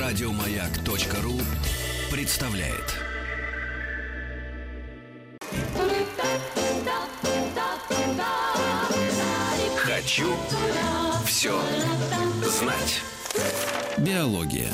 Радиомаяк.ру представляет. Хочу все знать. Биология.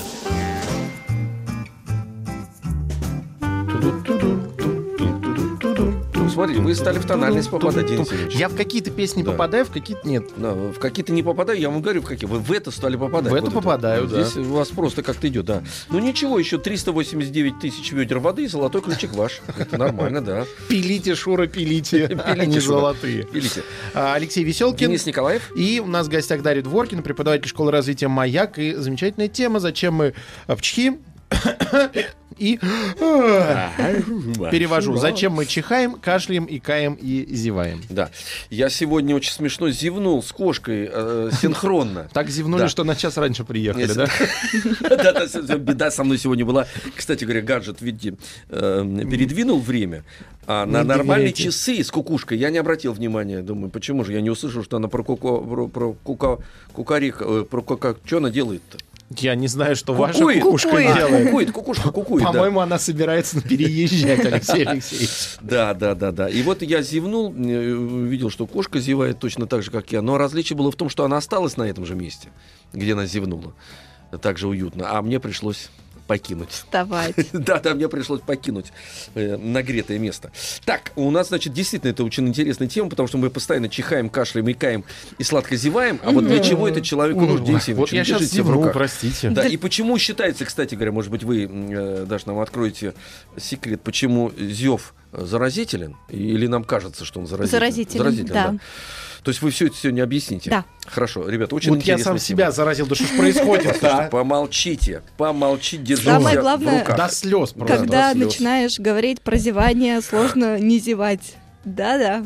Смотри, вы стали в тональность попадать, Денис Евгеньевич. Я в какие-то песни попадаю, в какие-то нет. Да, в какие-то не попадаю, я вам говорю, в какие. Вы в это стали попадать. В это попадаю, да. Здесь у вас просто как-то идет, да. Ну ничего, еще 389 тысяч ведер воды и золотой ключик ваш. Это нормально, да. Пилите, Шура, пилите. Они золотые. Пилите. Алексей Веселкин. Денис Николаев. И у нас в гостях Дарья Дворкина, преподаватель школы развития «Маяк». И замечательная тема, зачем мы пчхи... И перевожу. Зачем мы чихаем, кашляем, икаем и зеваем? Да. Я сегодня очень смешно зевнул с кошкой синхронно. Так зевнули, что на час раньше приехали, да? Да, беда со мной сегодня была. Кстати говоря, гаджет, видите, передвинул время. А на нормальные часы с кукушкой я не обратил внимания. Думаю, почему же я не услышал, что она про кукарик, что она делает-то? Я не знаю, что ваша кукушка делает. Кукушка кукует. По-моему, она собирается переезжать, Алексей Алексеевич. Да. И вот я зевнул, видел, что кошка зевает точно так же, как я. Но различие было в том, что она осталась на этом же месте, где она зевнула. Так же уютно. А мне пришлось покинуть. Вставать. Да, мне пришлось покинуть нагретое место. Так, у нас, значит, действительно это очень интересная тема, потому что мы постоянно чихаем, кашляем, икаем и сладко зеваем. А вот для чего это человеку нужно, Денис Евгеньевич? Вот я сейчас зевну, простите. Да, и почему считается, кстати говоря, может быть, вы даже нам откроете секрет, почему зев заразителен? Или нам кажется, что он заразителен? Заразителен, да. То есть вы все это сегодня объясните? Да. Хорошо, ребята, очень вот интересно. Вот я сам себя заразил, да что ж происходит-то? Помолчите, держите Самое себя главное, в руках. До слез просто. Когда начинаешь говорить про зевание, сложно не зевать. Да.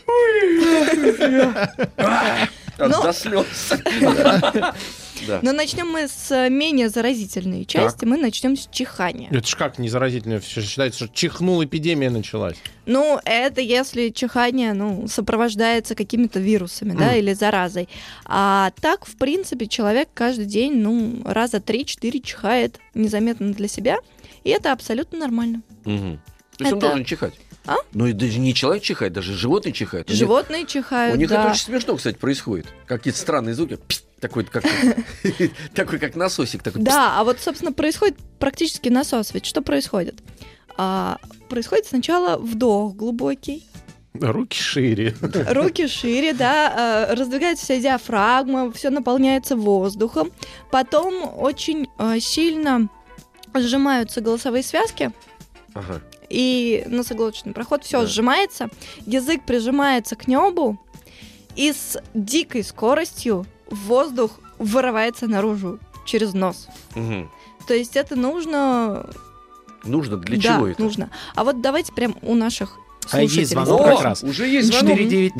До слез. Да. Но начнем мы с менее заразительной части. Мы начнем с чихания. Это ж как не заразительно? Считается, что чихнул, эпидемия началась. Ну, это если чихание, сопровождается какими-то вирусами, да, или заразой. А так, в принципе, человек каждый день, раза 3-4 чихает незаметно для себя, и это абсолютно нормально. Угу. То есть он должен чихать? А? Ну, и даже не человек чихает, даже животные чихают. Животные чихают, У них да. это очень смешно, кстати, происходит. Какие-то странные звуки. Такой, как насосик. Да, а вот, собственно, происходит практически насос. Ведь что происходит? Происходит сначала вдох глубокий. Руки шире. Руки шире, да. Раздвигается вся диафрагма, все наполняется воздухом. Потом очень сильно сжимаются голосовые связки. Ага. И носоглоточный проход, все сжимается, язык прижимается к небу, и с дикой скоростью воздух вырывается наружу через нос. Угу. То есть это нужно... Нужно? Для чего это? Нужно. А вот давайте прям у наших слушателей. Есть звонок как раз. Уже есть звонок.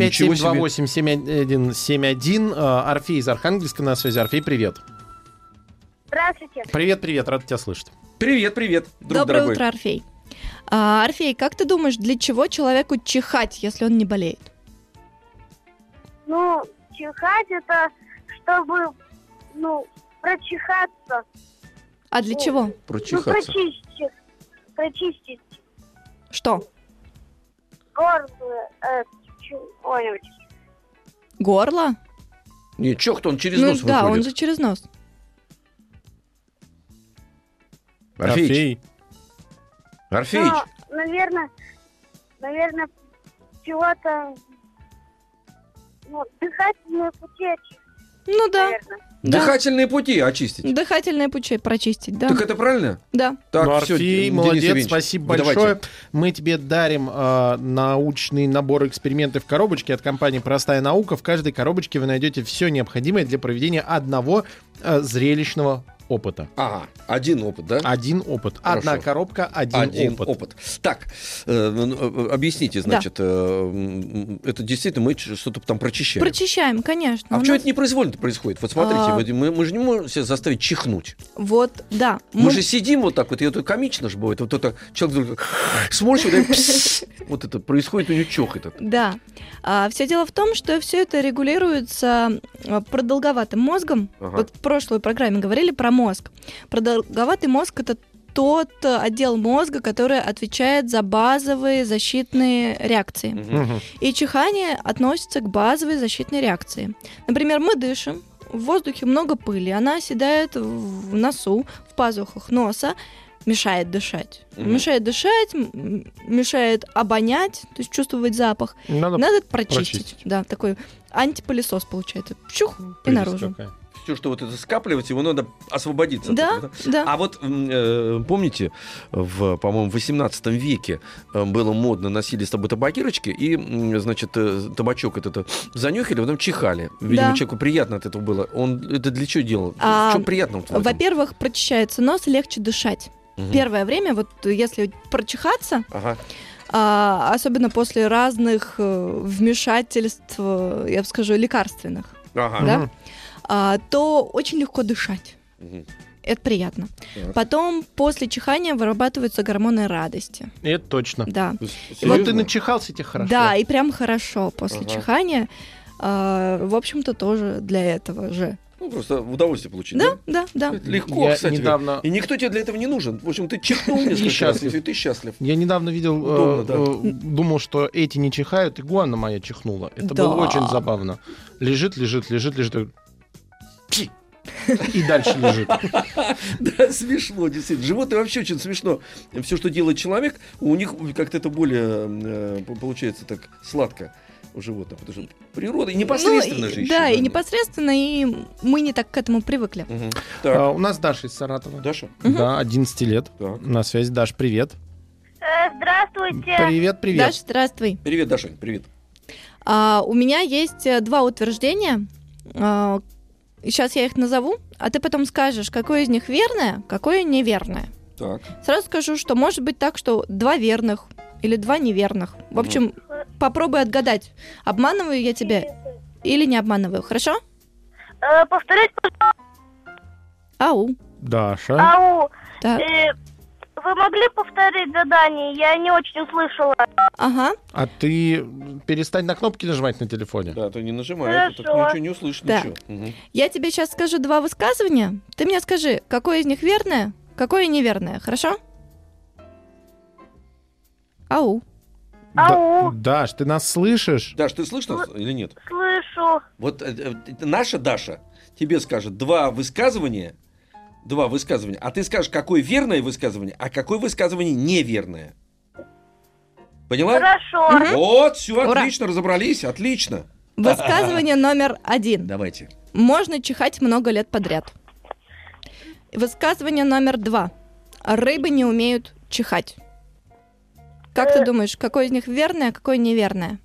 495-728-7171. Орфей из Архангельска на связи. Орфей, привет. Здравствуйте. Привет, рад тебя слышать. Привет, Доброе дорогой. утро, Орфей. Орфей, как ты думаешь, для чего человеку чихать, если он не болеет? Чихать это чтобы, прочихаться. А для чего? Прочихаться. Прочистить. Что? Горло. Горло? Нет, чихт он через нос выходит. Да, он же через нос. Орфеич. Наверное, чего-то... дыхательные пути очистить. Ну да. Наверное. Дыхательные пути очистить. Дыхательные пути прочистить, да. Так это правильно? Да. Так, Орфей, молодец, спасибо большое. Давайте. Мы тебе дарим научный набор экспериментов в коробочке от компании «Простая наука». В каждой коробочке вы найдете все необходимое для проведения одного зрелищного опыта. Ага, один опыт, да? Один опыт. Хорошо. Одна коробка, один опыт. Так, объясните, значит, это действительно мы что-то там прочищаем. Прочищаем, конечно. А почему это непроизвольно происходит? Вот смотрите, мы же не можем себя заставить чихнуть. Вот, да. Мы же сидим вот так вот, и это комично же бывает. Вот это человек вдруг сморщил, вот это происходит, у него чохает. Да. Все дело в том, что все это регулируется продолговатым мозгом. Ага. Вот в прошлой программе говорили про мозг. Продолговатый мозг — это тот отдел мозга, который отвечает за базовые защитные реакции. Мгм. И чихание относится к базовой защитной реакции. Например, мы дышим, в воздухе много пыли, она оседает в носу, в пазухах носа, мешает дышать. Мешает дышать, мешает обонять, то есть чувствовать запах. Надо прочистить. Да, такой антипылесос получается. Чух, и Прелесть наружу. какая. Все, что вот это скапливается, его надо освободиться. от Да, этого, да. А вот помните, по-моему, в 18 веке было модно, носили с тобой табакерочки, и, значит, табачок этот занюхали, потом чихали. Видимо, Да. человеку приятно от этого было. Он это для чего делал? А, В чем приятно? Вот в этом? Во-первых, прочищается нос, легче дышать. Мгм. Первое время, вот если прочихаться, Ага. особенно после разных вмешательств, я бы скажу, лекарственных, Ага. да, Мгм. то очень легко дышать. Мгм. Это приятно. Так. Потом после чихания вырабатываются гормоны радости. Это точно. Да. То есть, И вот ты серьезно? начихался, тебе хорошо. Да, и прям хорошо после Ага. чихания. В общем-то, тоже для этого же. Ну, просто удовольствие получить, Да, да? да, да. Это легко, Я кстати. недавно- И никто тебе для этого не нужен. В общем, ты чихнул несколько раз, счастлив. и ты счастлив. Я недавно видел, Удобно, да. думал, что эти не чихают, игуана моя чихнула. Это Да. было очень забавно. Лежит. и- И дальше лежит. Да, смешно, действительно. Животные вообще очень смешно. Все, что делает человек, у них как-то это более получается так сладко у животных. Потому что природа и непосредственно же еще. Да, и непосредственно, и мы не так к этому привыкли. Мгм. Так, У нас Даша из Саратова. Даша? Да, 11 лет. Так. На связи. Даш, привет. Здравствуйте. Привет. Даш, здравствуй. Привет, Даша, привет. У меня есть два утверждения. Сейчас я их назову, а ты потом скажешь, какое из них верное, какое неверное. Так. Сразу скажу, что может быть так, что два верных или два неверных. В общем, попробуй отгадать, обманываю я тебя или не обманываю, хорошо? Повторить, Ау. Даша. ау, Так. вы могли повторить задание? Я не очень услышала. Ага. А ты перестань на кнопки нажимать на телефоне. Да, ты не нажимай, так Хорошо. ничего не услышишь, Так. ничего. Мгм. Я тебе сейчас скажу два высказывания. Ты мне скажи, какое из них верное, какое неверное, хорошо? Ау. Ау, Даш, ты нас слышишь? Даш, ты слышишь нас или нет? слышу. Вот наша Даша тебе скажет два высказывания, а ты скажешь, какое верное высказывание, а какое высказывание неверное. Поняла? Хорошо. Вот, все, Ура. отлично, разобрались, отлично. Высказывание номер 1. Давайте. Можно чихать много лет подряд. Высказывание номер 2. Рыбы не умеют чихать. Как ты думаешь, какое из них верное, а какое неверное?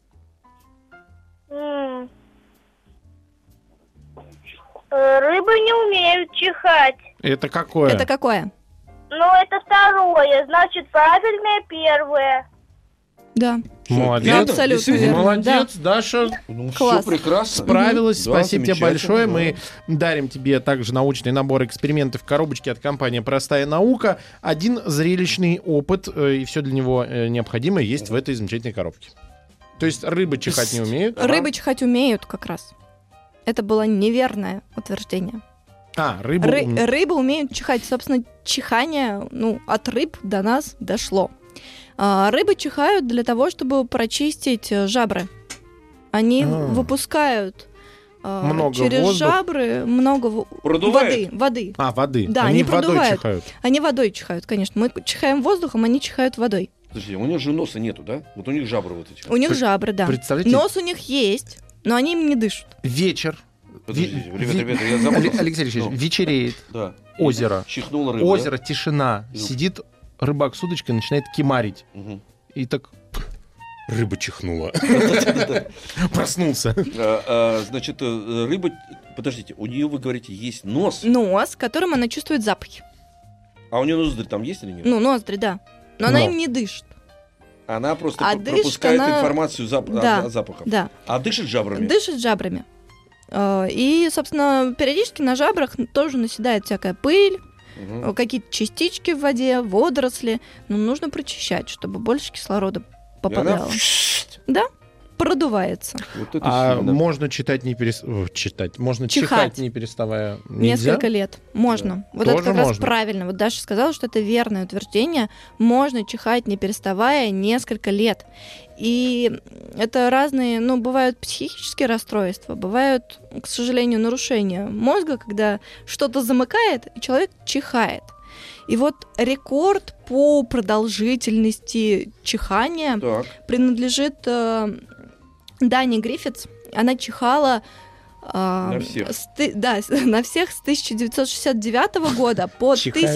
Рыбы не умеют чихать. Это какое? Это какое? Ну, это второе. Значит, правильное первое. Да. Молодец. Верно? Абсолютно Действительно? верно. Молодец, Даша. Ну, Класс. все прекрасно. Справилась. Да, Спасибо тебе замечательно, большое. да. Мы дарим тебе также научный набор экспериментов в коробочке от компании «Простая наука». Один зрелищный опыт, и все для него необходимое есть в этой замечательной коробке. То есть рыбы чихать не умеют. Рыбы чихать умеют как раз. Это было неверное утверждение. Рыбы... Рыбы умеют чихать. Собственно, чихание от рыб до нас дошло. Рыбы чихают для того, чтобы прочистить жабры. Они выпускают Много через воздуха. жабры много Продувают? воды. воды. Да, они они водой продувают. чихают. Они водой чихают, конечно. Мы чихаем воздухом, они чихают водой. Подожди, у них же носа нету, да? Вот у них жабры вот эти. У них жабры, да. Представляете? Нос у них есть, но они им не дышат. Вечер. Подождите, Ви- ребята, я запутался. Алексей Алексеевич, Ну, вечереет. Да. Озеро. Чихнула рыба. Озеро, тишина. И- Сидит рыбак с удочкой, начинает кимарить. Да? Мгм. И так... Рыба чихнула. Проснулся. Значит, рыба... Подождите, у нее, вы говорите, есть нос, Нос, которым она чувствует запахи. а у нее ноздри там есть или нет? Ноздри, да. Но она Но. им не дышит. Она просто А дышит пропускает она- информацию Да. о запахах. Да. А дышит жабрами. Дышит жабрами. И, собственно, периодически на жабрах тоже наседает всякая пыль, Мгм. какие-то частички в воде, водоросли. Но нужно прочищать, чтобы больше кислорода И она попадало. Да. продувается. Вот это А сильно. можно читать не читать. Можно чихать не переставая. Несколько лет. Можно. Вот Тоже это как раз можно. правильно. Вот Даша сказала, что это верное утверждение. Можно чихать не переставая несколько лет. И это разные, бывают психические расстройства, бывают, к сожалению, нарушения мозга, когда что-то замыкает, и человек чихает. И вот рекорд по продолжительности чихания Так. принадлежит Дани Гриффитс. Она чихала На всех. на всех с 1969 года по Чихаю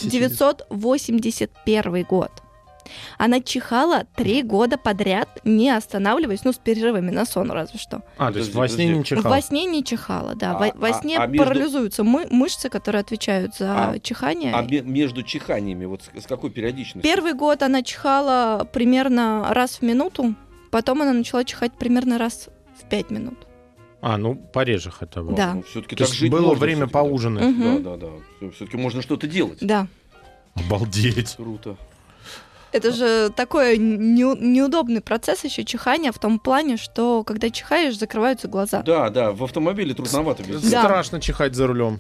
1981 год. Она чихала 3 года подряд, не останавливаясь, с перерывами на сон разве что. То есть Подожди, во сне не чихал. Во сне не чихала, да. Во сне между- парализуются мышцы, которые отвечают за чихание. А между чиханиями, вот с какой периодичностью? Первый год она чихала примерно раз в минуту, потом она начала чихать примерно раз в 5 минут. Пореже хотя бы. Да. Все-таки То так есть жить было можно время всё-таки, поужинать. Мгм. Да. Все-таки можно что-то делать. Да. Обалдеть. Круто. Это же такой неудобный процесс еще чихания в том плане, что когда чихаешь, закрываются глаза. Да, в автомобиле трудновато без Да. Страшно чихать за рулем.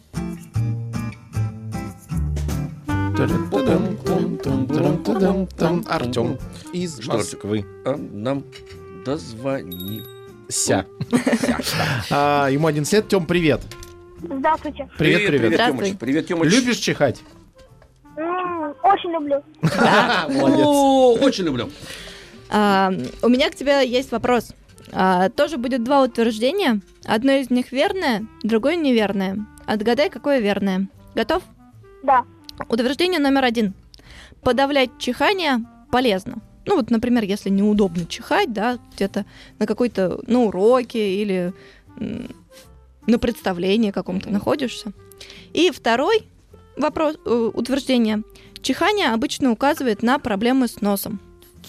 Артем из Что, Москвы. Нам дозвони. Ему 11 лет. Тём, привет. Здравствуйте. Привет. Здравствуй. Тёмыч. Привет, Тёмыч. Любишь чихать? Очень люблю. Молодец. Очень люблю. У меня к тебе есть вопрос. Тоже будет 2 утверждения. Одно из них верное, другое неверное. Отгадай, какое верное. Готов? Да. Утверждение номер 1. Подавлять чихание полезно. Например, если неудобно чихать, да, где-то на какой-то, на уроке или на представлении каком-то находишься. И второй вопрос, утверждение. Чихание обычно указывает на проблемы с носом.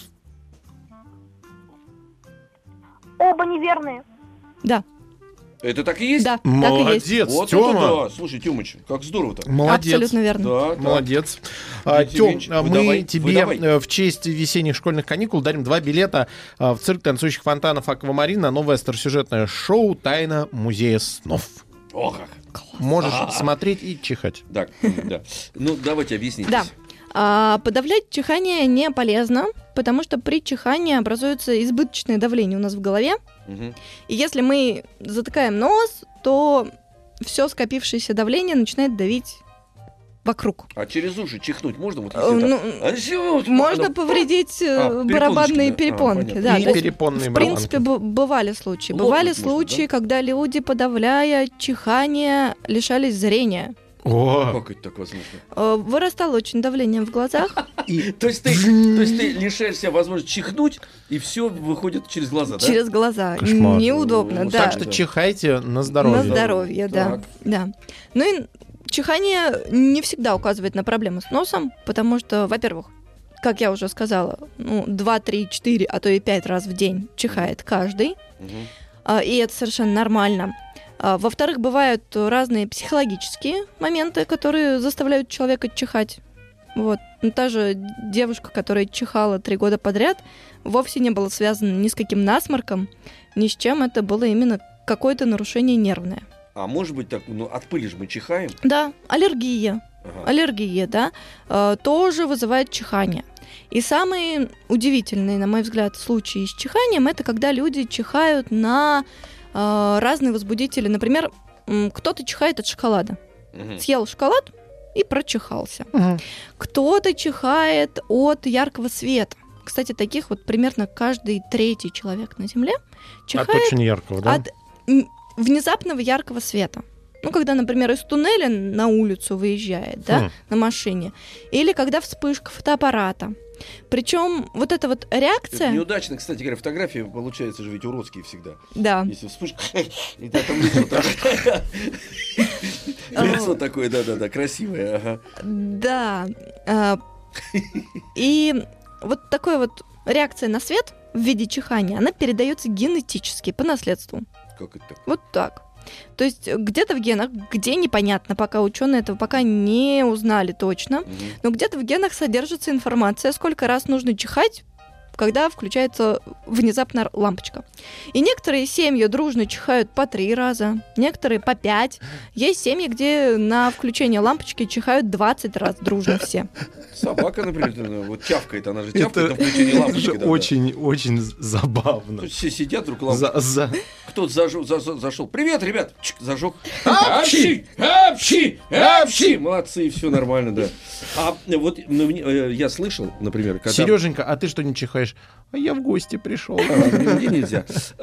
Оба неверные. Да, Это так и есть? да, так и есть. Молодец, Вот Тёма. это да. Слушай, Тёмыч, как здорово-то. Молодец. Абсолютно верно. Да, да. Молодец. Дмитрий Тём, Евгеньевич, мы выдавай, тебе выдавай. в честь весенних школьных каникул дарим 2 билета в цирк танцующих фонтанов «Аквамарин» на новое остросюжетное шоу «Тайна музея снов». О, как. Можешь смотреть и чихать. Так, да. Давайте объясните. Да. Подавлять чихание не полезно, потому что при чихании образуется избыточное давление у нас в голове. Мгм. И если мы затыкаем нос, то все скопившееся давление начинает давить вокруг. А через уши чихнуть можно? Вот если так? Можно повредить перепоночки, барабанные да. перепонки. Понятно. Да, И то есть, перепонные в принципе, барабанки. бывали случаи. Лопнуть Бывали может, случаи, да? когда люди, подавляя чихание, лишались зрения. О, Как это так возможно? Вырастало очень давление в глазах. То есть ты лишаешься возможности чихнуть, и все выходит через глаза, да? Через глаза. Кошмар. Неудобно, Ну, да. так что чихайте на здоровье. На здоровье, да. Так. Да. Ну и чихание не всегда указывает на проблемы с носом, потому что, во-первых, как я уже сказала, 2, 3, 4, а то и 5 раз в день чихает каждый, Мгм. и это совершенно нормально. Во-вторых, бывают разные психологические моменты, которые заставляют человека чихать. Вот. Та же девушка, которая чихала 3 года подряд, вовсе не было связано ни с каким насморком, ни с чем. Это было именно какое-то нарушение нервное. А может быть так, от пыли же мы чихаем? Да, аллергия. Ага. Аллергия, да, тоже вызывает чихание. И самые удивительные, на мой взгляд, случаи с чиханием, это когда люди чихают на разные возбудители. Например, кто-то чихает от шоколада. Мгм. Съел шоколад и прочихался. Мгм. Кто-то чихает от яркого света. Кстати, таких вот примерно каждый 3-й человек на Земле От чихает очень яркого, да? от внезапного яркого света. Когда, например, из туннеля на улицу выезжает, да, на машине. Или когда вспышка фотоаппарата. Причем вот эта вот Это реакция... неудачно, кстати говоря, фотографии получаются же ведь уродские всегда. Да. Если вспышка, и там лицо такое. Лицо такое, да-да-да, красивое. Ага. Да. И вот такая вот реакция на свет в виде чихания, она передается генетически, по наследству. Как это так? Вот так. То есть где-то в генах, где непонятно, пока ученые этого пока не узнали точно, Мгм. но где-то в генах содержится информация, сколько раз нужно чихать когда включается внезапно лампочка. И некоторые семьи дружно чихают по 3 раза, некоторые по 5. Есть семьи, где на включение лампочки чихают 20 раз дружно все. Собака, например, вот тявкает, она же тявкает на включение лампочки. Это очень забавно. Тут все сидят, друг лампочку. Кто-то зашел. Привет, ребят! Зажег. Апчи! Молодцы, все нормально, да. А вот я слышал, например, когда... Сереженька, а ты что не чихаешь? А я в гости пришел. Мне нельзя.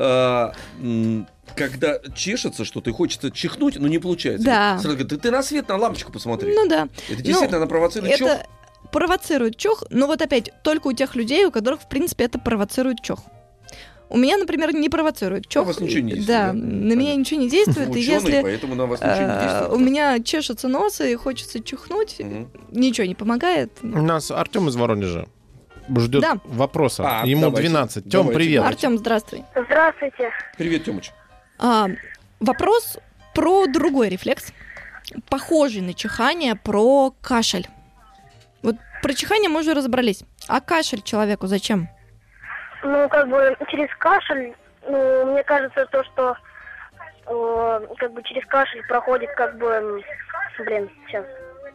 Когда чешется что-то и хочется чихнуть, но не получается. Да. Сразу говорят, ты на свет, на лампочку посмотри. Ну да. Это действительно она провоцирует чох? Это провоцирует чох, но вот опять, только у тех людей, у которых, в принципе, это провоцирует чох. У меня, например, не провоцирует чох. У вас ничего не действует, да? да? На меня ничего не действует. Ученый, И если поэтому на вас ничего не действует. у меня чешется нос и хочется чихнуть, ничего не помогает. У нас Артем из Воронежа ждет Да. вопроса. А, Ему давайте. 12. Тём, Давайте. привет. Артем, здравствуй. Здравствуйте. Привет, Тёмыч. Вопрос про другой рефлекс, похожий на чихание, про кашель. Вот про чихание мы уже разобрались. А кашель человеку зачем? Ну, как бы через кашель, ну, мне кажется, то, что как бы через кашель проходит, как бы, сейчас.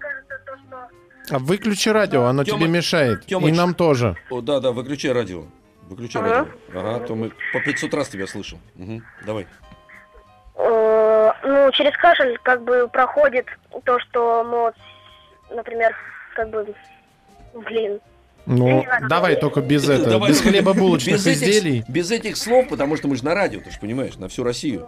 А выключи радио, оно Тёма, тебе мешает. Тёмыч. И нам тоже. О, да, выключай радио. Выключай радио. Ага, то мы по 500 раз тебя слышим. Давай. Ну, через кашель как бы проходит то, что мы вот, например, как бы, Ну, давай только без этого, Давай, без хлебобулочных без этих- изделий. Без этих слов, потому что мы же на радио, ты же понимаешь, на всю Россию.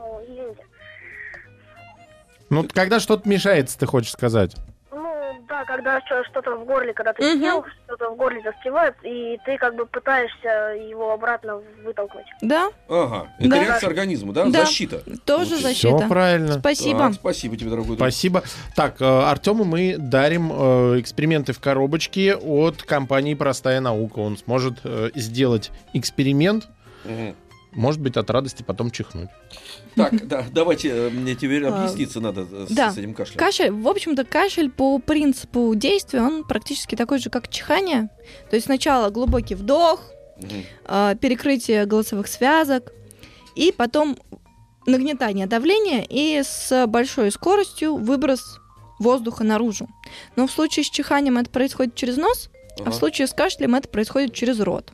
Ну, когда что-то мешается, ты хочешь сказать. Ну, да, когда что-то в горле, когда ты съел, что-то в горле застревает, и ты как бы пытаешься его обратно вытолкнуть. Да, Ага, это Да. реакция организма, да? Да. Защита. тоже Получается. Все защита. правильно. Спасибо. Так, спасибо тебе, дорогой друг. Спасибо. Так, Артему мы дарим эксперименты в коробочке от компании «Простая наука». Он сможет сделать эксперимент, Мгм. может быть, от радости потом чихнуть. Так, да, давайте, мне теперь объясниться надо да. с этим кашлем. Кашель, в общем-то, кашель по принципу действия, он практически такой же, как чихание. То есть сначала глубокий вдох, Мгм. перекрытие голосовых связок, и потом нагнетание давления и с большой скоростью выброс воздуха наружу. Но в случае с чиханием это происходит через нос, а Ага. в случае с кашлем это происходит через рот.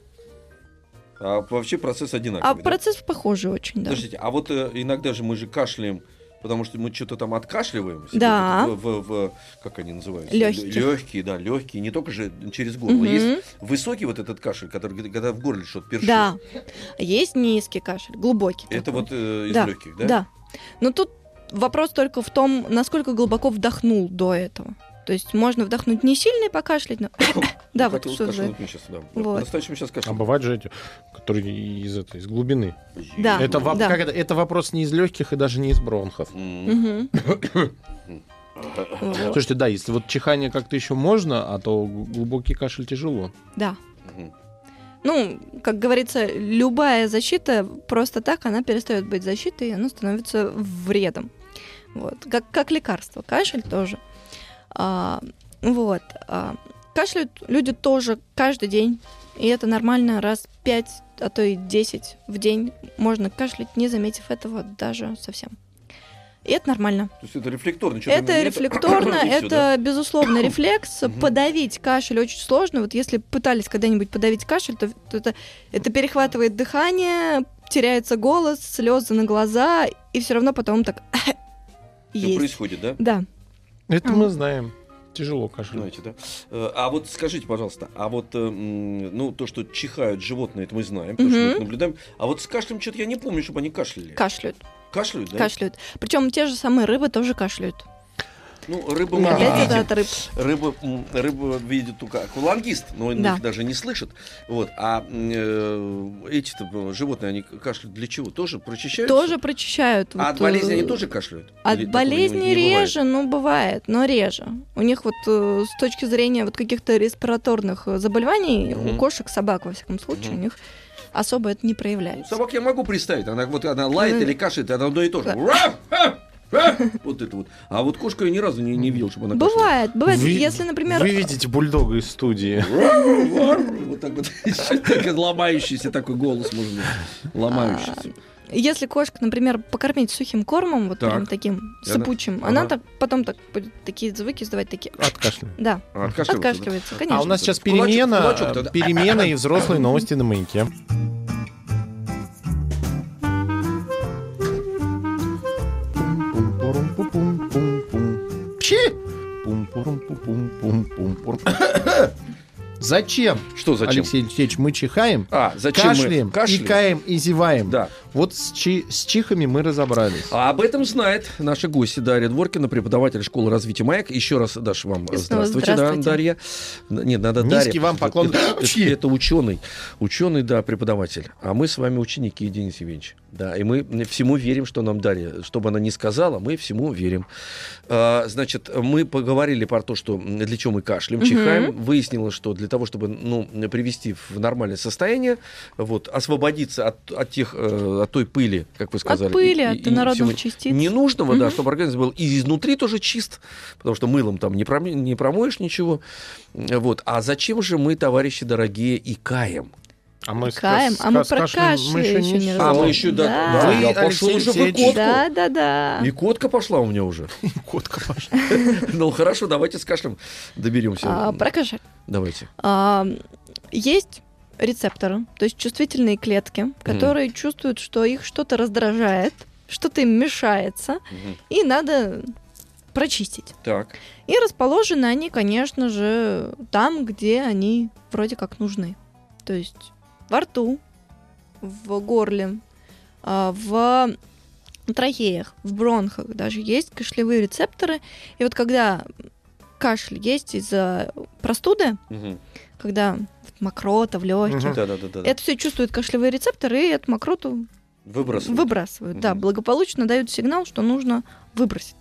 А вообще процесс одинаковый, А да? процесс похожий очень, да. Подождите, а вот иногда же мы же кашляем, потому что мы что-то там откашливаем. Да. Как они называются? Лёгких. Легкие, да, легкие. Не только же через горло. Мгм. Есть высокий вот этот кашель, который когда в горле что-то першит. Да. Есть низкий кашель, глубокий. Это такой. вот из Да, легких, да? Да. Но тут вопрос только в том, насколько глубоко вдохнул до этого. То есть можно вдохнуть не сильно и покашлять, но... Да, вот Хотел что кашлянуть же. мне сейчас, да. Вот. По-настоящему сейчас А кашляю. бывают же эти, которые из глубины. Да. Это, да. это вопрос не из легких и даже не из бронхов. М. Мгм. Вот. Слушайте, да, если вот чихание как-то еще можно, а то глубокий кашель тяжело. Да. Мгм. Ну, как говорится, любая защита просто так, она перестает быть защитой, и она становится вредом. Вот. Как лекарство. Кашель тоже. Вот. Кашляют люди тоже каждый день. И это нормально, раз 5, а то и 10 в день можно кашлять, не заметив этого даже совсем. И это нормально. То есть это рефлекторно. что-то Это нет, рефлекторно, и всё, это да? безусловно рефлекс. Мгм. Подавить кашель очень сложно. Вот если пытались когда-нибудь подавить кашель, то это перехватывает дыхание, теряется голос, слезы на глаза, и все равно потом так Всё есть. происходит, да? Да. Это мы знаем. Тяжело кашлять. Знаете, да? А вот скажите, пожалуйста, а вот, ну, то, что чихают животные, это мы знаем, потому что мы это наблюдаем. А вот с кашлем что-то я не помню, чтобы они кашляли. Кашляют. Кашляют, да? Кашляют. Причем те же самые рыбы тоже кашляют. Ну, рыбу мы Опять не это видим. от рыб. Рыба видит только аквалангист, но он Да. их даже не слышит. Вот. А эти-то животные, они кашляют для чего? Тоже прочищаются? Тоже прочищают. А Вот, от болезни они тоже кашляют? От Или такого болезни не бывает? реже, ну, бывает, но реже. У них вот с точки зрения вот каких-то респираторных заболеваний, Мгм. у кошек, собак, во всяком случае, Мгм. у них особо это не Ну, проявляется. собак я могу представить. Она лает Ну, или кашляет, она одно и то же. да. Раф! Раф! Раф! Вот это вот. А вот кошку я ни разу не видел, чтобы она кашляла. Бывает. Если, например... Вы видите бульдога из студии. Вот так вот. Ломающийся такой голос, может быть. Ломающийся. Если кошку, например, покормить сухим кормом, вот Так. прям таким И она- сыпучим, ага. она так потом так будет такие звуки издавать, такие... Откашляем. Да, Откашливается. откашливается, конечно. А у нас сейчас Кулачок тогда. перемена и взрослые новости на Маяке. Пши! Пум-пурум-пум-пум-пум-пум. Зачем, Что зачем? Алексей Алексеевич, мы чихаем, Зачем кашляем, мы кашляем? икаем и зеваем? Да. Вот с чихами мы разобрались. А об этом знает наша гостья Дарья Дворкина, преподаватель школы развития «Маяк». Еще раз, Даша, вам И снова здравствуйте, здравствуйте. Да, Дарья. Нет, надо Низкий Дарья. вам поклон. Это ученый. Ученый, да, преподаватель. А мы с вами ученики, Денис Евгеньевич. Да, и мы всему верим, что нам Дарья. Что бы она ни сказала, мы всему верим. Значит, мы поговорили про то, что для чего мы кашляем, чихаем. Выяснилось, что для того, чтобы привести в нормальное состояние, вот, освободиться от той пыли, как вы сказали. От пыли, от и инородных всего частиц. ненужного, да, чтобы организм был и изнутри тоже чист, потому что мылом там не промоешь ничего. Вот. А зачем же мы, товарищи дорогие, икаем? А мы Каем, а мы про кашель мы еще не сказали. А, мы еще, да. Вы, Я пошел Алексей уже в Алексеевич, икотку. Да. И котка пошла у меня уже. Котка пошла. Ну хорошо, давайте с кашлем доберемся. Про кашель. Давайте. Есть рецепторы, то есть чувствительные клетки, которые чувствуют, что их что-то раздражает, что-то им мешается, и надо прочистить. Так. И расположены они, конечно же, там, где они вроде как нужны. То есть во рту, в горле, в трахеях, в бронхах даже есть кашлевые рецепторы. И вот когда кашель есть из-за простуды, когда мокрота в легких, Да. это все чувствуют кашлевые рецепторы, и эту мокроту выбрасывают. Да, благополучно дают сигнал, что нужно выбросить.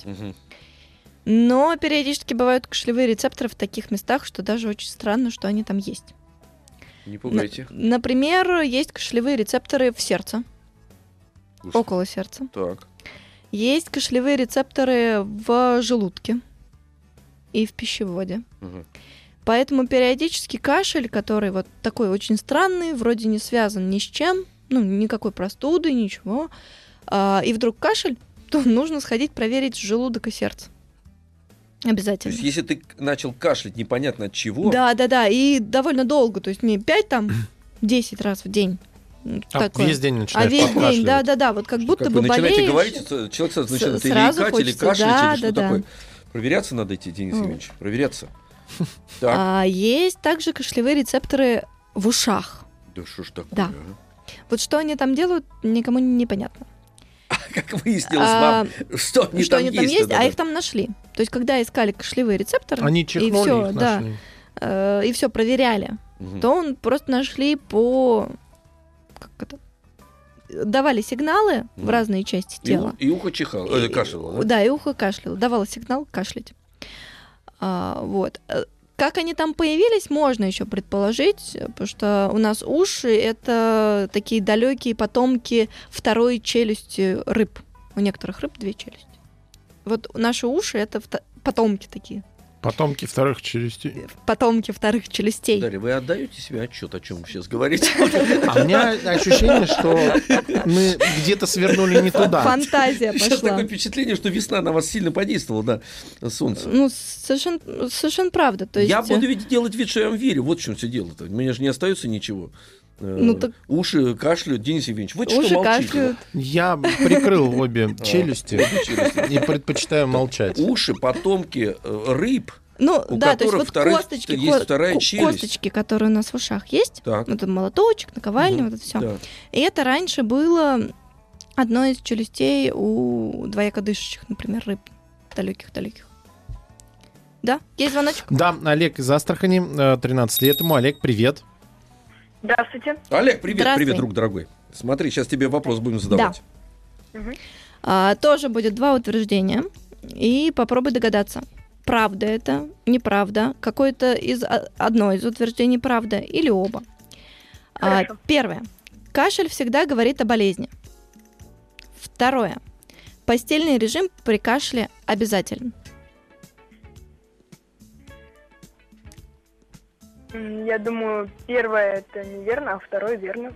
Но периодически бывают кашлевые рецепторы в таких местах, что даже очень странно, что они там есть. Не пугайте. Например, есть кашлевые рецепторы в сердце, около сердца. Так. Есть кашлевые рецепторы в желудке и в пищеводе. Поэтому периодически кашель, который вот такой очень странный, вроде не связан ни с чем, никакой простуды, ничего, и вдруг кашель, то нужно сходить проверить желудок и сердце. То Обязательно. есть, если ты начал кашлять непонятно от чего, Да, и довольно долго, то есть не 5-10 раз в день. Весь день начинает весь день, покашливать. да, вот как будто как бы вы начинаете болеешь. говорить, человек сразу начинает или сразу икать, или хочется, кашлять, или что да. такое. Проверяться надо идти, Денис Евгеньевич, проверяться. Так. Есть также кашлевые рецепторы в ушах. Да что ж такое, Да. Вот что они там делают, никому не понятно. Как выяснилось вам, что они там есть. А их там нашли. То есть, когда искали кашлевые рецепторы, Они и чихнули, все, их да, нашли. и все проверяли, то он просто нашли давали сигналы в разные части тела. И ухо чихало, кашляло, да? Да, и ухо кашляло, давало сигнал кашлять. Вот. Как они там появились, можно еще предположить, потому что у нас уши — это такие далекие потомки второй челюсти рыб. У некоторых рыб 2 челюсти. Вот наши уши — это потомки такие. Потомки вторых челюстей. Потомки вторых челюстей. Дарья, вы отдаете себе отчет, о чем вы сейчас говорите? А у меня ощущение, что мы где-то свернули не туда. Фантазия Сейчас пошла. такое впечатление, что весна на вас сильно подействовала, да, солнце. Совершенно правда. То есть... Я буду делать вид, что я вам верю. Вот в чем все дело-то. У меня же не остается ничего. так- Уши кашляют. Денис Евгеньевич, вы что Уши молчите? кашляют. Я прикрыл обе челюсти и предпочитаю молчать. Уши потомки рыб. У Да, то есть которых вот косточки, есть вторая челюсть. косточки, которые у нас в ушах есть, Так. это молоточек, наковальня, вот это все. Да. И это раньше было одной из челюстей у двоякодышащих, например, рыб далеких. Да, есть звоночек? Да, Олег из Астрахани, 13 лет ему. Олег, привет. Здравствуйте. Олег, привет, Здравствуй. друг дорогой. Смотри, сейчас тебе вопрос будем задавать. Тоже будет 2 утверждения, и попробуй догадаться, правда это, неправда, одно из утверждений правда или оба. Хорошо. Первое. Кашель всегда говорит о болезни. Второе. постельный режим при кашле обязателен? Я думаю, первое это неверно, а второе верно.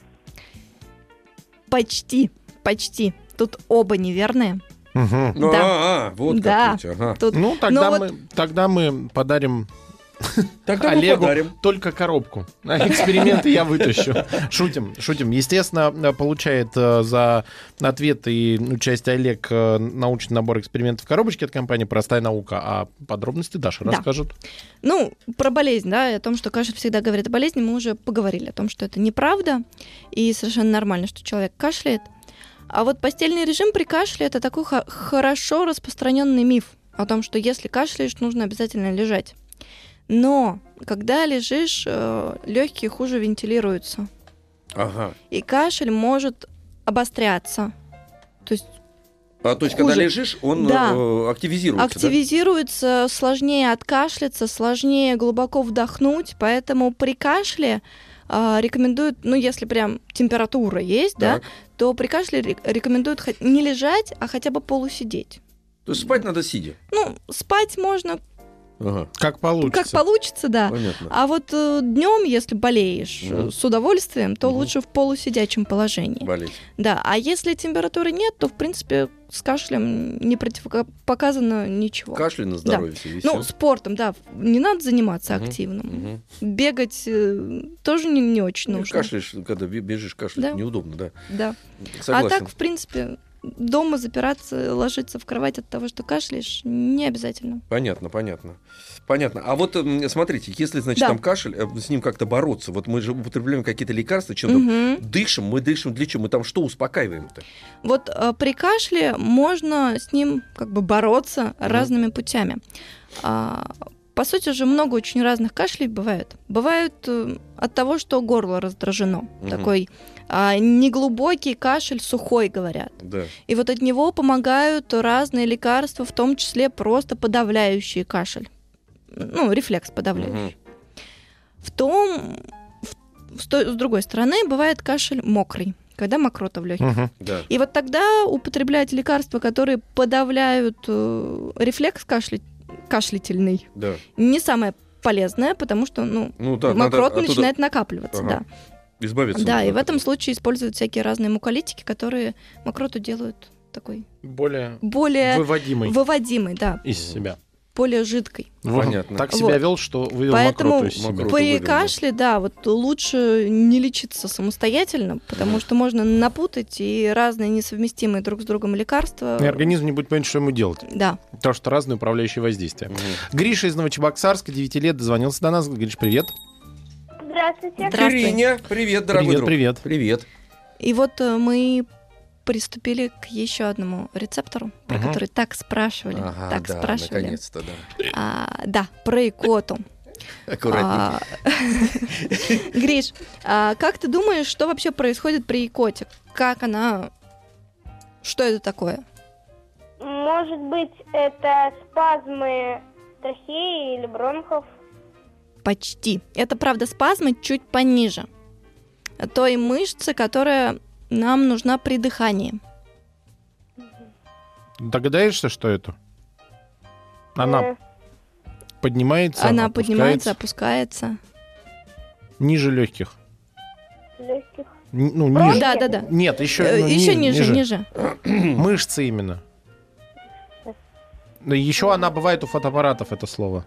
Почти. Тут оба неверные. Мгм. Ну, Да. вот Да. как ведь, ага. Тут... Ну, тогда мы подарим Тогда мы Олегу подарим. только коробку. А эксперименты я вытащу. Шутим. Естественно, получает за ответ и участие Олег научный набор экспериментов в коробочке от компании «Простая наука». А подробности Даша Да. расскажет. Ну, про болезнь, да, и о том, что кашель всегда говорит о болезни, мы уже поговорили, о том, что это неправда, и совершенно нормально, что человек кашляет. А вот постельный режим при кашле — это такой хорошо распространенный миф о том, что если кашляешь, нужно обязательно лежать. Но когда лежишь, легкие хуже вентилируются, Ага. и кашель может обостряться. То есть То есть, когда хуже. лежишь, он Да. активизируется, активизируется, сложнее откашляться, сложнее глубоко вдохнуть, поэтому при кашле рекомендуют, ну, если прям температура есть, да? да, то при кашле рекомендуют не лежать, а хотя бы полусидеть. То есть спать надо сидя. Ну, спать можно Ага, Как получится. как получится, да. понятно. А вот днем, если болеешь Мгм. с удовольствием, то Мгм. лучше в полусидячем положении. Болеть. Да, а если температуры нет, то, в принципе, с кашлем не противопоказано ничего. Кашляй на здоровье себе. и всё. Ну, спортом, да, не надо заниматься Мгм. активным. Мгм. Бегать тоже не очень Ну, нужно. кашляешь, когда бежишь, кашлять Да. неудобно, да. Да. Согласен. А так, в принципе, дома запираться, ложиться в кровать от того, что кашляешь, не обязательно. Понятно. А вот смотрите, если, значит, Да. там кашель, с ним как-то бороться. Вот мы же употребляем какие-то лекарства, чем-то Мгм. дышим. Мы дышим для чего? Мы там что успокаиваем-то? Вот при кашле можно с ним как бы бороться разными путями. По сути же много очень разных кашлей бывает. Бывают от того, что горло раздражено. Мгм. Такой неглубокий кашель, сухой, говорят. Да. И вот от него помогают разные лекарства, в том числе просто подавляющие кашель. Ну, рефлекс подавляющий. С другой стороны, бывает кашель мокрый, когда мокрота в легких. Мгм. Да. И вот тогда употреблять лекарства, которые подавляют рефлекс кашлятельный, Да. не самое полезное, потому что Ну да, надо мокрота оттуда начинает накапливаться. Ага. Да, избавиться. да, нужно и от в этом этого. случае используют всякие разные муколитики, которые мокроту делают такой Более более выводимый выводимой, да, из себя. более жидкой. Понятно. Так себя Вот. вел, что вывел Поэтому мокроту из себя. Мокроту при вывел, кашле, да, вот лучше не лечиться самостоятельно, потому что можно напутать и разные несовместимые друг с другом лекарства. И организм не будет понимать, что ему делать. Да. Потому что разные управляющие воздействия. Мгм. Гриша из Новочебоксарска, 9 лет, дозвонился до нас. Гриш, привет. Здравствуйте. Здравствуй. Ириня, привет, дорогой Привет, друг. привет. Привет. И вот мы приступили к еще одному рецептору, про Мгм. который так спрашивали, Ага, так да, спрашивали. наконец-то, да. Да, про икоту. Аккуратнее. Гриш, как ты думаешь, что вообще происходит при икоте? Как она... Что это такое? Может быть, это спазмы трахеи или бронхов? Почти. Это, правда, спазмы чуть пониже той мышцы, которая нам нужна при дыхании. Догадаешься, что это? Она поднимается, Она опускается поднимается, опускается. ниже легких. Легких. Ну, Бронхи? ниже. Да. Нет, еще, Еще ниже. Мышцы именно. Еще она бывает у фотоаппаратов, это слово.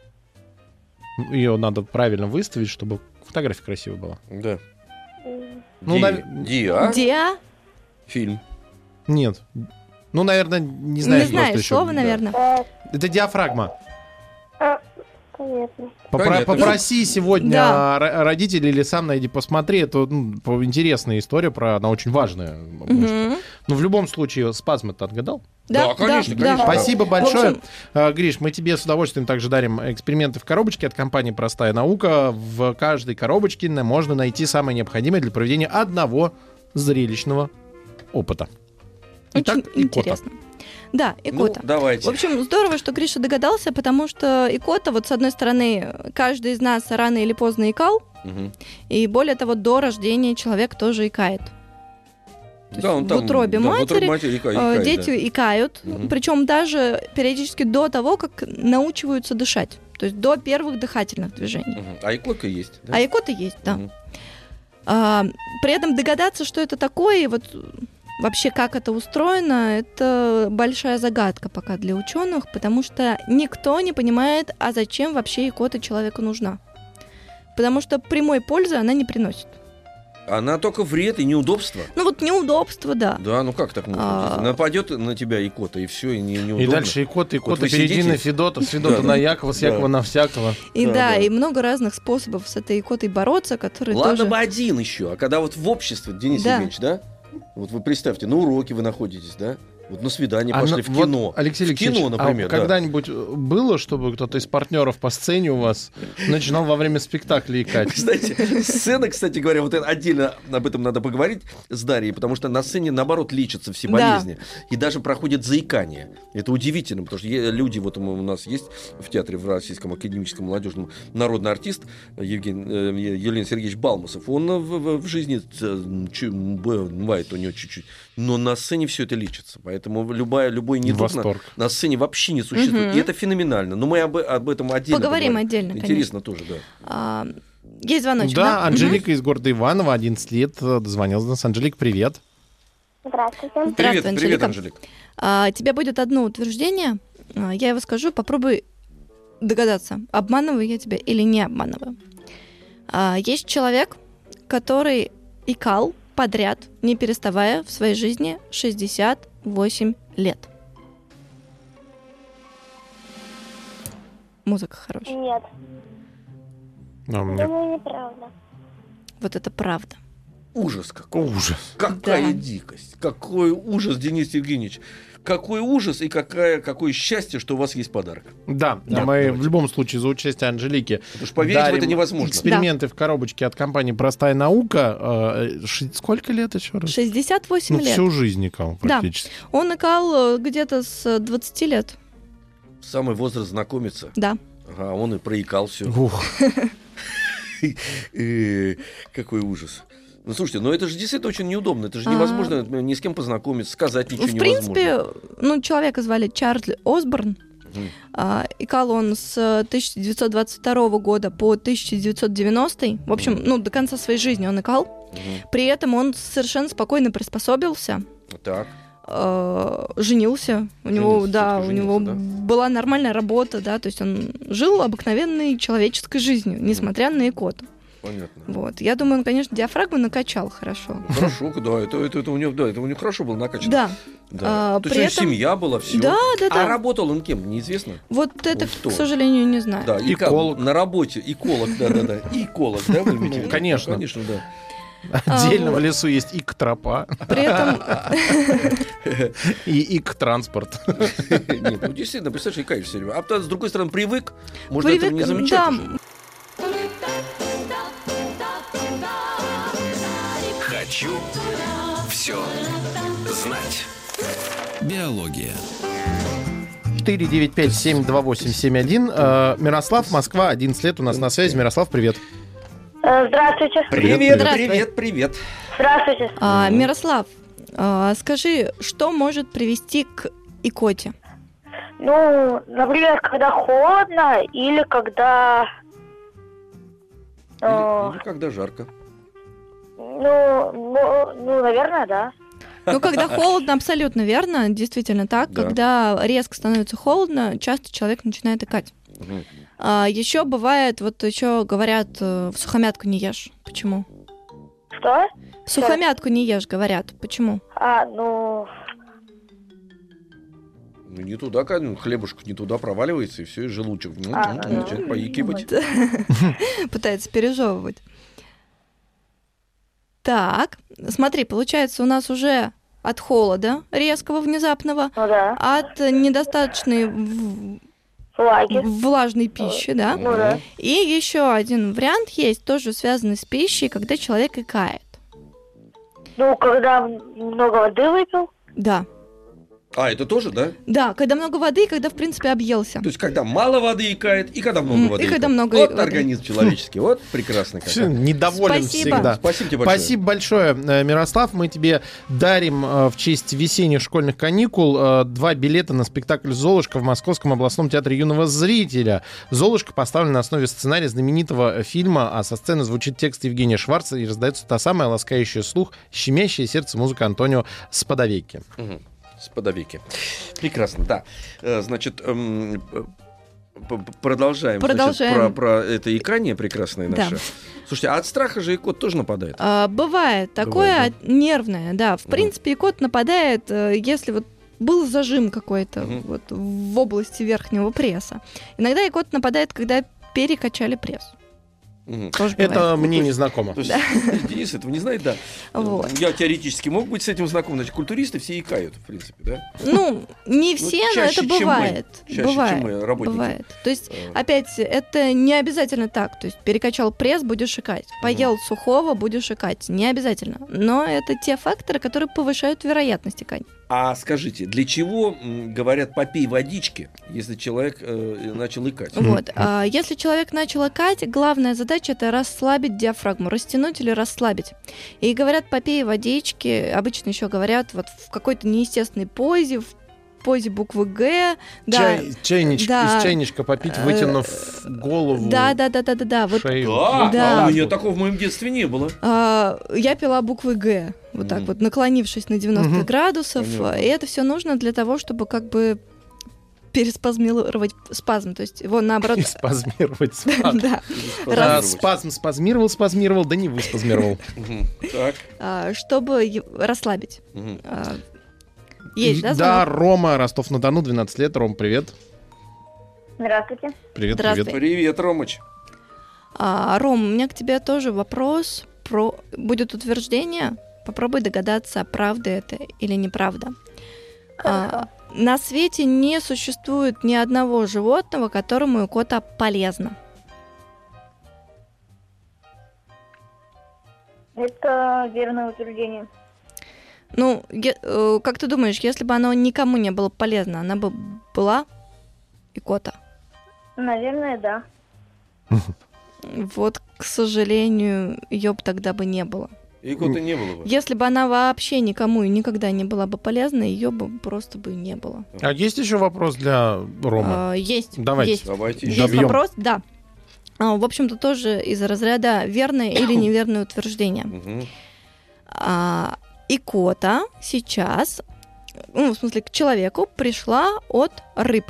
Ее надо правильно выставить, чтобы фотография красивая была. Да. Ну, Диа? Фильм. Нет. Ну, наверное, не знаешь Не знаешь просто еще. слова, Да. наверное. Это диафрагма. Понятно. Понятно. Попроси сегодня Да. родителей или сам найди, посмотри. Это интересная история, она очень важная. Мгм. Ну, в любом случае, спазм ты отгадал? Да, конечно, конечно. Спасибо большое. В общем, Гриш, мы тебе с удовольствием также дарим эксперименты в коробочке от компании «Простая наука». В каждой коробочке можно найти самое необходимое для проведения одного зрелищного опыта. Итак, очень икота. интересно. Да, Ну, икота. давайте. В общем, здорово, что Гриша догадался, потому что икота, вот с одной стороны, каждый из нас рано или поздно икал, Мгм. и более того, до рождения человек тоже икает. То Да, есть он в утробе матери икает, дети икают, Мгм. причем даже периодически до того, как научиваются дышать. То есть до первых дыхательных движений. Мгм. А икотка есть, да? А икоты есть, да. Мгм. При этом догадаться, что это такое, и вот вообще как это устроено, это большая загадка пока для ученых, потому что никто не понимает, а зачем вообще икота человеку нужна. Потому что прямой пользы она не приносит. Она только вред и неудобство. Ну вот неудобство, да. Да, ну как так можно? Нападет на тебя икота, и все, и неудобно. И дальше икота, вы перейди сидите- на Федота, с Федота Да. на Якова, с Да. Якова на всякого. И Да, да, да. и много разных способов с этой икотой бороться, которые Ладно тоже... бы один еще, а когда вот в обществе, Денис Да. Евгеньевич, да? Вот вы представьте, на уроке вы находитесь, да? Вот на свидание А пошли на- в вот, кино. Алексей В Алексеевич, кино, например, а да. когда-нибудь было, чтобы кто-то из партнеров по сцене у вас начинал во время спектакля икать? Кстати, сцена, кстати говоря, вот это отдельно об этом надо поговорить с Дарьей, потому что на сцене, наоборот, лечатся все Да. болезни. И даже проходит заикание. Это удивительно, потому что люди, вот у нас есть в театре, в Российском академическом молодежном, народный артист Елена Сергеевич Балмасов. Он в жизни бывает у него чуть-чуть, но на сцене все это лечится. Поэтому любой недуг Восторг. на сцене вообще не существует. Мгм. И это феноменально. Но мы об этом отдельно Поговорим отдельно, Интересно тоже, да. Есть звоночек, Да, да? Анжелика из города Иваново, 11 лет, дозвонилась до нас. Анжелик, привет. Здравствуйте. Здравствуй, Привет, Анжелика. Анжелик. Тебе будет одно утверждение, я его скажу, попробуй догадаться, обманываю я тебя или не обманываю. Есть человек, который икал подряд, не переставая в своей жизни 68 лет. Музыка хорошая. Нет, А, мне думаю, неправда. Вот это правда. Ужас какой. ужас. Какая Да. дикость. Какой ужас, Денис Евгеньевич. Какой ужас и какое счастье, что у вас есть подарок. Да, Да, мы давайте. в любом случае за участие Анжелики Потому что поверить в дарим это невозможно. эксперименты в коробочке от компании «Простая наука». Сколько лет еще раз? 68 Ну, лет. всю жизнь икал Да. практически. Он икал где-то с 20 лет. Самый возраст знакомиться. Да. Ага, он и проикал все. Ух. Какой ужас. Ну, слушайте, но это же действительно очень неудобно. Это же А. невозможно ни с кем познакомиться, сказать ничего В невозможно. принципе, человека звали Чарльз Осборн. Мгм. Икал он с 1922 года по 1990. В общем, до конца своей жизни он икал. Мгм. При этом он совершенно спокойно приспособился, Так. женился. У него, Женился, да, всё-таки у него женился, да? была нормальная работа, да, то есть он жил обыкновенной человеческой жизнью, несмотря на икоту. Понятно. Вот. Я думаю, он, конечно, диафрагму накачал хорошо. Хорошо, да, это у него хорошо было накачано. Да. Да. То есть при у них этом- семья была, все. Да. А работал он кем, неизвестно? Вот это, Вот кто? к сожалению, не знаю. Да, Эколог. На работе, эколог, да. Эколог, да, вы имеете в виду? Конечно. Конечно, да. Отдельно вот. в лесу есть ик-тропа При этом и ик-транспорт. Нет, ну действительно, представляешь, икаешь все время. А то, с другой стороны, привык, можно этого не замечать да, уже. Хочу все знать. Биология. 495-728-71. Мирослав, Москва, 11 лет у нас на связи. Мирослав, привет. Здравствуйте. Привет, Здравствуй. привет. Здравствуйте. Мирослав, скажи, что может привести к икоте? Ну, например, когда холодно или когда... Или когда жарко. Наверное, да. Ну, когда холодно, абсолютно верно, действительно так. Да. Когда резко становится холодно, часто человек начинает икать. Мгм. Еще бывает, еще говорят, в сухомятку не ешь. Почему? Что? В сухомятку не ешь, говорят. Почему? Ну, не туда, хлебушек не туда проваливается, и все, и желудочек начинает поикивать. Пытается пережевывать. Так, смотри, получается, у нас уже от холода резкого, внезапного, Ну да. от недостаточной Флаги. влажной пищи, да? Ну да. И еще один вариант есть, тоже связанный с пищей, когда человек икает. Ну, когда много воды выпил. Да. А, это тоже, да? Да, когда много воды и когда, в принципе, объелся. То есть, когда мало воды икает, и когда много воды и когда икает. много Вот воды. организм человеческий. Вот прекрасный Всё, какой. недоволен Спасибо. всегда. Спасибо тебе большое. Спасибо большое, Мирослав. Мы тебе дарим в честь весенних школьных каникул 2 билета на спектакль «Золушка» в Московском областном театре юного зрителя. «Золушка» поставлена на основе сценария знаменитого фильма, а со сцены звучит текст Евгения Шварца и раздается та самая ласкающая слух, щемящая сердце музыка Антонио Сподовекки. Сподовеки. Прекрасно, да. Значит, продолжаем. Продолжаем. Значит, про это икание прекрасное Да. наше. Слушайте, а от страха же икот тоже нападает? Бывает такое нервное, да. В принципе, икот нападает, если вот был зажим какой-то вот в области верхнего пресса. Иногда икот нападает, когда перекачали пресс. Тоже Это бывает. мне не знакомо. То есть, Денис этого не знает, да. Вот. Я теоретически мог быть с этим знаком. Значит, культуристы все икают, в принципе, да? Ну, не все, но чаще, это чем мы. бывает. Чаще, бывает. чем мы, работники. Бывает. То есть, опять, это не обязательно так. То есть, перекачал пресс, будешь икать. Поел сухого, будешь икать. Не обязательно. Но это те факторы, которые повышают вероятность икания. А скажите, для чего говорят попей водички, если человек начал икать? Вот. Если человек начал икать, главная задача — это расслабить диафрагму, растянуть или расслабить. И говорят, попей водички, обычно еще говорят вот в какой-то неестественной позе, в позе буквы «Г». Да. Чайничек, Да. из чайничка попить, вытянув голову, Да. Вот, шею. Да. А у нее такого в моем детстве не было. я пила буквы «Г», вот так вот, наклонившись на 90 градусов. Понятно. И это все нужно для того, чтобы как бы переспазмировать спазм. То есть его наоборот... Спазмировать спазм. Да. Спазмировал, да не выспазмировал. Так. Чтобы расслабить. Есть, да, Да, звонок? Рома, Ростов-на-Дону, 12 лет. Ром, привет. Здравствуйте. Привет, Здравствуй. привет. Привет, Ромыч. Ром, у меня к тебе тоже вопрос. Будет утверждение. Попробуй догадаться, правда это или неправда. На свете не существует ни одного животного, которому икота полезна. Это верное утверждение. Ну, как ты думаешь, если бы оно никому не было полезно, она бы была икота? Наверное, да. Вот, к сожалению, ее бы тогда бы не было. Икоты не было бы. Если бы она вообще никому и никогда не была бы полезна, ее бы просто бы не было. А есть еще вопрос для Ромы? Есть. Давайте. Есть. Давайте Есть еще. Добьем. вопрос, да. В общем-то, тоже из разряда верное или неверное утверждение. Мгм. Икота сейчас, в смысле, к человеку пришла от рыб.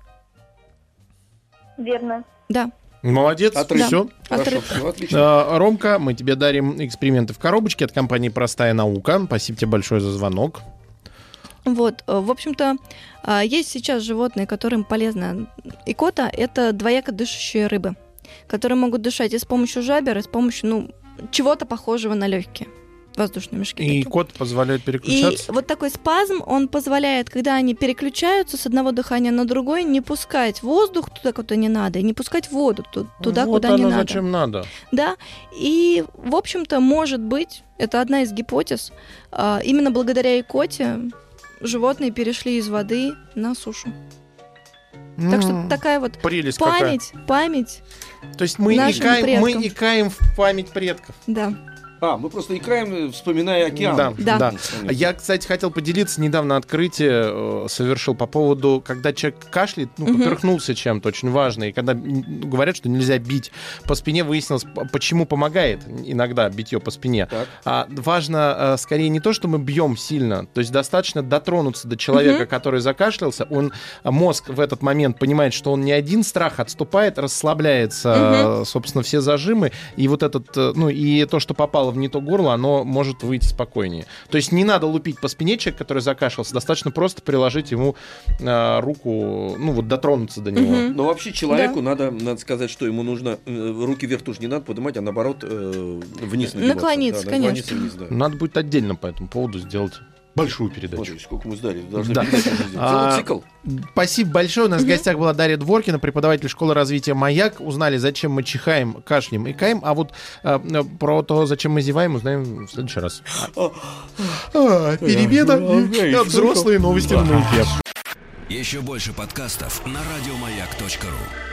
Верно. Да. Молодец, Отрыв. все. Хорошо, Отрыв. все, отлично. Ромка, мы тебе дарим эксперименты в коробочке от компании «Простая наука». Спасибо тебе большое за звонок. Вот, в общем-то, есть сейчас животные, которым полезна икота. Это двояко дышащие рыбы, которые могут дышать и с помощью жабер, и с помощью, чего-то похожего на легкие воздушные мешки. И такие. кот позволяет И переключаться. вот такой спазм, он позволяет, когда они переключаются с одного дыхания на другое, не пускать воздух туда, куда не надо, и не пускать воду туда, вот куда не оно надо. зачем надо. Да, и, в общем-то, может быть, это одна из гипотез, именно благодаря икоте животные перешли из воды на сушу. Так что такая вот Прелесть какая. память, То есть мы нашим предкам. икаем в память предков. да. Мы просто икаем, вспоминая океан. Да, Да. да. Понятно. Я, кстати, хотел поделиться, недавно открытие совершил по поводу, когда человек кашляет, поперхнулся чем-то очень важно, и когда говорят, что нельзя бить по спине, выяснилось, почему помогает иногда битье по спине. Так. Важно скорее не то, что мы бьем сильно, то есть достаточно дотронуться до человека, который закашлялся, мозг в этот момент понимает, что он не один, страх отступает, расслабляется, собственно, все зажимы, и вот этот, и то, что попало в не то горло, оно может выйти спокойнее. То есть не надо лупить по спине человека, который закашлялся, достаточно просто приложить ему руку, дотронуться до него. Но вообще человеку надо сказать, что ему нужно руки вверх тоже не надо поднимать, а наоборот вниз нагибаться. Наклониться, Да, конечно. наклониться вниз, да. Надо будет отдельно по этому поводу сделать большую передачу. Смотри, сколько мы сдали. Должны Да. передачу уже сделать. Целый цикл. Спасибо большое. У нас в гостях была Дарья Дворкина, преподаватель школы развития «Маяк». Узнали, зачем мы чихаем, кашляем и каем. А вот про то, зачем мы зеваем, узнаем в следующий раз. Перемена и взрослые новости в маяке. Еще больше подкастов на радиомаяк.ру.